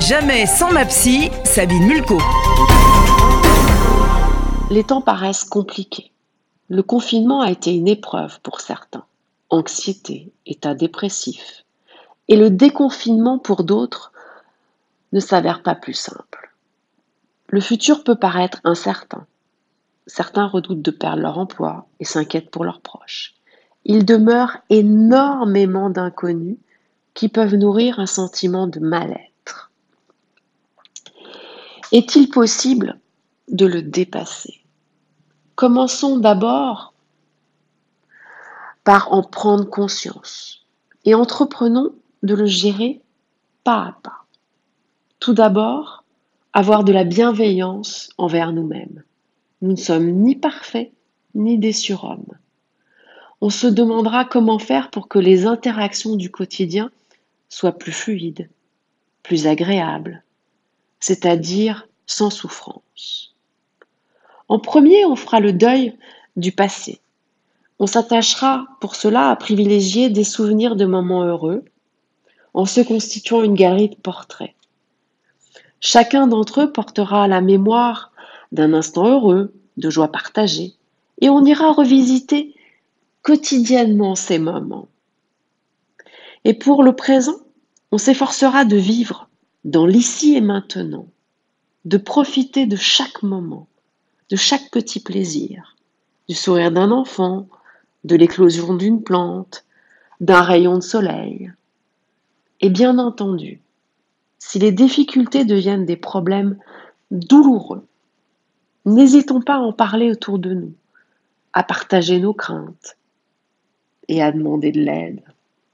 Jamais sans ma psy, Sabine Mulco. Les temps paraissent compliqués. Le confinement a été une épreuve pour certains. Anxiété, état dépressif. Et le déconfinement pour d'autres ne s'avère pas plus simple. Le futur peut paraître incertain. Certains redoutent de perdre leur emploi et s'inquiètent pour leurs proches. Il demeure énormément d'inconnus qui peuvent nourrir un sentiment de mal-être. Est-il possible de le dépasser ? Commençons d'abord par en prendre conscience et entreprenons de le gérer pas à pas. Tout d'abord, avoir de la bienveillance envers nous-mêmes. Nous ne sommes ni parfaits ni des surhommes. On se demandera comment faire pour que les interactions du quotidien soient plus fluides, plus agréables, c'est-à-dire sans souffrance. En premier, on fera le deuil du passé. On s'attachera pour cela à privilégier des souvenirs de moments heureux en se constituant une galerie de portraits. Chacun d'entre eux portera la mémoire d'un instant heureux, de joie partagée, et on ira revisiter quotidiennement ces moments. Et pour le présent, on s'efforcera de vivre dans l'ici et maintenant, de profiter de chaque moment, de chaque petit plaisir, du sourire d'un enfant, de l'éclosion d'une plante, d'un rayon de soleil. Et bien entendu, si les difficultés deviennent des problèmes douloureux, n'hésitons pas à en parler autour de nous, à partager nos craintes et à demander de l'aide.